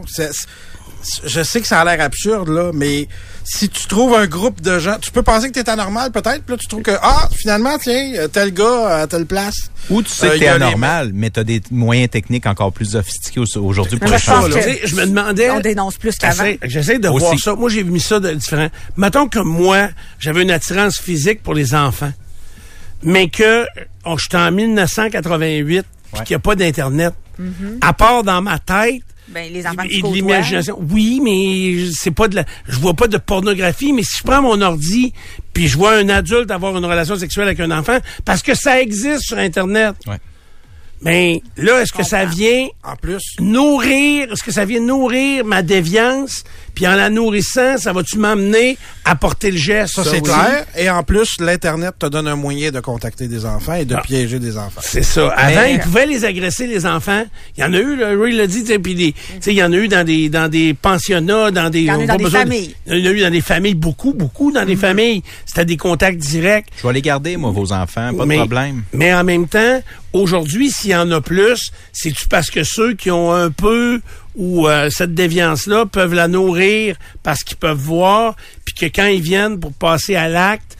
je sais que ça a l'air absurde, là, mais si tu trouves un groupe de gens, tu peux penser que t'es anormal, peut-être, puis là, tu trouves que, finalement, tiens, tel gars à telle place. Ou tu sais que il y t'es a les- anormal, mais t'as des moyens techniques encore plus sophistiqués aujourd'hui pour Mais le je pense changer. tu sais, je me demandais. On dénonce plus qu'avant. J'essaie de Aussi. voir ça. Moi, j'ai mis ça de différent. Mettons que moi, j'avais une attirance physique pour les enfants, mais que j'étais en 1988 puis qu'il n'y a pas d'Internet. À part dans ma tête, Ben, les enfants et qui de côtoient. l'imagination. Oui, mais c'est pas je vois pas de pornographie, mais si je prends mon ordi puis je vois un adulte avoir une relation sexuelle avec un enfant, parce que ça existe sur Internet. Ouais. Mais là, est-ce que ça vient En plus, est-ce que ça vient nourrir ma déviance? Puis en la nourrissant, ça va-tu m'amener à porter le geste? ça, c'est aussi? clair. Et en plus, l'Internet te donne un moyen de contacter des enfants et de piéger des enfants. C'est ça. Avant, Mais- ils pouvaient les agresser, les enfants. Il y en a eu, là, Ray l'a dit, tu sais, puis il y en a eu dans des pensionnats, dans des... Il y en a eu on a dans pas des besoin familles. Il y en a eu dans des familles, beaucoup dans des familles. C'était des contacts directs. Je vais les garder, moi, vos enfants, pas de problème. Mais en même temps, aujourd'hui, s'il y en a plus, c'est-tu parce que ceux qui ont un peu ou cette déviance-là peuvent la nourrir parce qu'ils peuvent voir, puis que quand ils viennent pour passer à l'acte,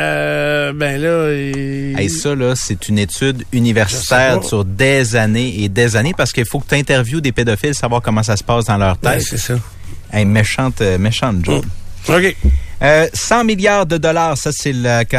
ben là... Hey, ça, là, c'est une étude Je sais universitaire pas. sur des années et des années parce qu'il faut que tu interviewes des pédophiles, savoir comment ça se passe dans leur Ben, tête. c'est ça. Hey, méchante job. OK. 100 milliards de dollars, ça c'est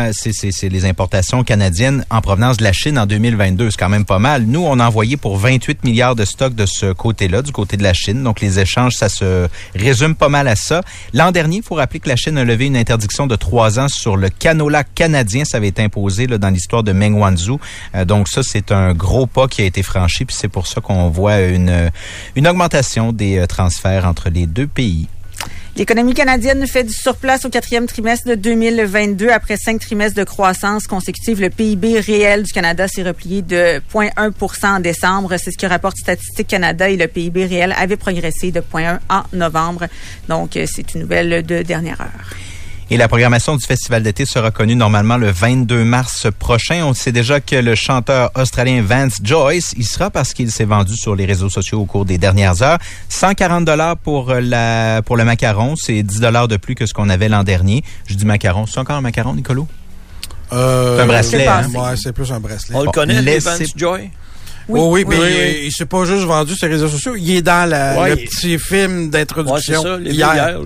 les importations canadiennes en provenance de la Chine en 2022. C'est quand même pas mal. Nous, on a envoyé pour 28 milliards de stocks de ce côté-là, du côté de la Chine. Donc les échanges, ça se résume pas mal à ça. L'an dernier, il faut rappeler que la Chine a levé une interdiction de 3 ans sur le canola canadien. Ça avait été imposé là, dans l'histoire de Meng Wanzhou. Donc ça, c'est un gros pas qui a été franchi. Puis c'est pour ça qu'on voit une augmentation des transferts entre les deux pays. L'économie canadienne fait du surplace au 4e trimestre de 2022. Après 5 trimestres de croissance consécutive, le PIB réel du Canada s'est replié de 0,1 % en décembre. C'est ce que rapporte Statistique Canada et le PIB réel avait progressé de 0,1 en novembre. Donc, c'est une nouvelle de dernière heure. Et la programmation du Festival d'été sera connue normalement le 22 mars prochain. On sait déjà que le chanteur australien Vance Joyce y sera parce qu'il s'est vendu sur les réseaux sociaux au cours des dernières heures. 140 $ pour le macaron, c'est 10 $ de plus que ce qu'on avait l'an dernier. Je dis macaron, c'est encore un macaron, Nicolo? C'est un bracelet, hein? Ouais, c'est plus un bracelet. On le Bon, connaît, laissez- Vance Joy? Oui, mais oui. il s'est pas juste vendu sur les réseaux sociaux. Il est dans Ouais, le petit film Ouais, c'est d'introduction ça, les hier. hier, lui.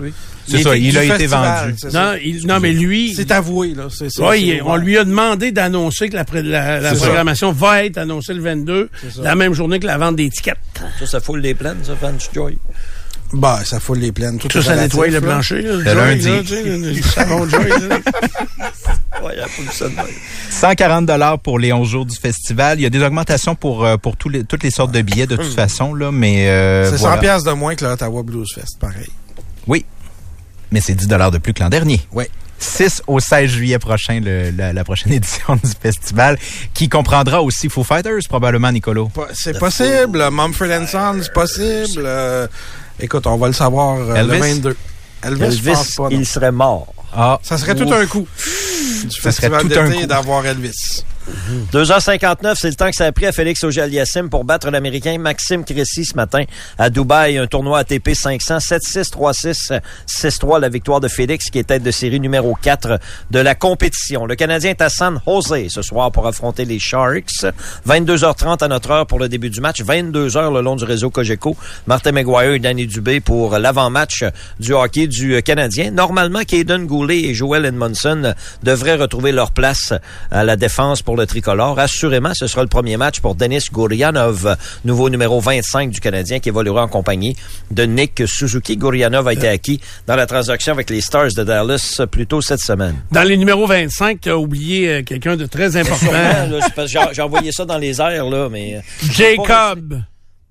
C'est ça, il a été vendu. Non, mais lui... C'est avoué, là. On lui a demandé d'annoncer que la programmation va être annoncée le 22, la même journée que la vente des tickets. Ça foule les plaines, ça, Vance Joy? Bah, ça foule les plaines. Tout ça nettoie le plancher. Le lundi. Le savon de Joy. Ouais, il a pas ça de même. 140 pour les 11 jours du festival. Il y a des augmentations pour toutes les sortes de billets de toute façon, là, mais c'est voilà. 100$ de moins que l'Ottawa Blues Fest, pareil. Oui, mais c'est 10 $ de plus que l'an dernier. Oui. 6 au 16 juillet prochain, la prochaine édition du festival, qui comprendra aussi Foo Fighters, probablement, Nicolo. C'est possible. Mumford & Sons, c'est possible. Écoute, on va le savoir le 22. Elvis, je pense pas, il serait mort. Ah, ça serait tout un coup. Ça serait tout un coup d'avoir Elvis. 2h59, c'est le temps que ça a pris à Félix Auger-Aliassime pour battre l'Américain Maxime Cressy ce matin à Dubaï, un tournoi ATP 500, 7-6, 3-6, 6-3, la victoire de Félix qui est tête de série numéro 4 de la compétition. Le Canadien est à San Jose ce soir pour affronter les Sharks. 22h30 à notre heure pour le début du match, 22h le long du réseau Cogeco. Martin McGuire et Danny Dubé pour l'avant-match du hockey du Canadien. Normalement, Caden Goulet et Joel Edmondson devraient retrouver leur place à la défense pour le tricolore. Assurément, ce sera le premier match pour Denis Gurianov, nouveau numéro 25 du Canadien qui évoluera en compagnie de Nick Suzuki. Gurianov a été acquis dans la transaction avec les Stars de Dallas plus tôt cette semaine. Dans les numéros 25, tu as oublié quelqu'un de très important. J'ai envoyé ça dans les airs, là, mais... Jacob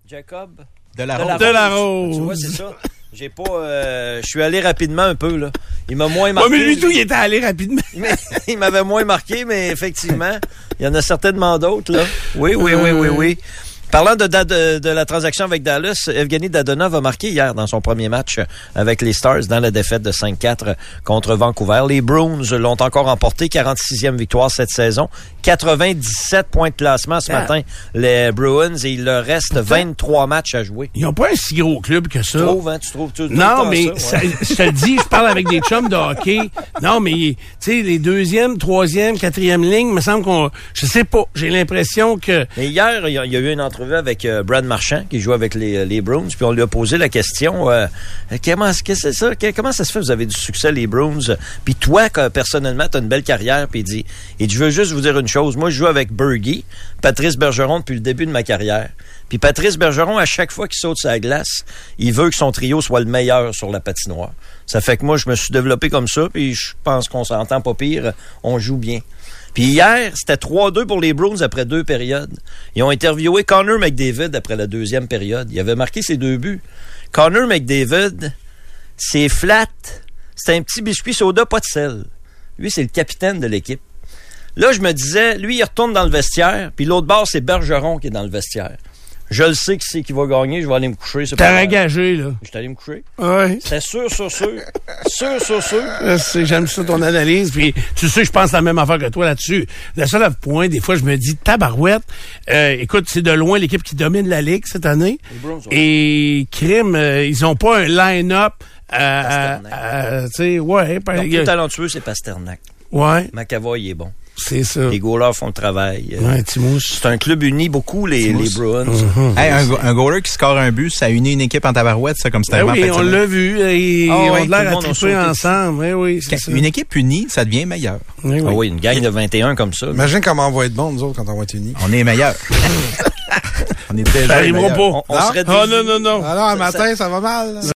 de la Rose. Tu vois, c'est ça. J'ai pas... je suis allé rapidement un peu, là. Il m'a moins marqué. Ouais, mais lui, tout, il était allé rapidement. Il m'avait moins marqué, mais effectivement, il y en a certainement d'autres, là. Oui. Parlant de la transaction avec Dallas, Evgeny Dadonov a marqué hier dans son premier match avec les Stars dans la défaite de 5-4 contre Vancouver. Les Bruins l'ont encore emporté, 46e victoire cette saison, 97 points de classement ce matin, les Bruins, et il leur reste 23 matchs à jouer. Ils n'ont pas un si gros club que ça. Tu trouves tout non, mais ça, ouais. Je te le dis, je parle avec des chums de hockey. Non, mais tu sais, les 2e, 3e, 4e lignes, me semble je sais pas, j'ai l'impression que... Mais hier, il y a eu une entrevue avec Brad Marchand qui joue avec les Bruins, puis on lui a posé la question comment ça se fait que vous avez du succès les Bruins, puis toi personnellement t'as une belle carrière, puis il dit je veux juste vous dire une chose, moi je joue avec Bergie, Patrice Bergeron depuis le début de ma carrière, puis Patrice Bergeron à chaque fois qu'il saute sur la glace, il veut que son trio soit le meilleur sur la patinoire. Ça fait que moi je me suis développé comme ça, puis je pense qu'on s'entend pas pire, on joue bien. Puis hier, c'était 3-2 pour les Bruins après 2 périodes. Ils ont interviewé Connor McDavid après la 2e période. Il avait marqué ses 2 buts. Connor McDavid, c'est flat. C'est un petit biscuit soda, pas de sel. Lui, c'est le capitaine de l'équipe. Là, je me disais, lui, il retourne dans le vestiaire, puis l'autre bord, c'est Bergeron qui est dans le vestiaire. Je le sais qui c'est qui va gagner, je vais aller me coucher. T'as engagé, là. Je suis allé me coucher. Oui. C'était sûr. J'aime ça ton analyse, puis tu sais, je pense la même affaire que toi là-dessus. Le seul point, des fois, je me dis, tabarouette, écoute, c'est de loin l'équipe qui domine la Ligue cette année. Et crime, ils ont pas un line-up tu sais, ouais. Le plus talentueux, c'est Pasternak. Ouais. McAvoy, il est bon. C'est ça. Les goalers font le travail. Ouais, Timouche. C'est un club uni beaucoup, les Bruins. Hey, un goaler qui score un but, ça unit une équipe en tabarouette, ça, comme c'était oui, on l'a vu. Ils ont l'air à triper ensemble. Oui, c'est ça. Une équipe unie, ça devient meilleur. Oui, une gang de 21 comme ça. Imagine comment on va être bons, nous autres, quand on va être unis. On est meilleurs. On est déjà Ça arrivera pas. On serait non. Alors, un matin, ça va mal.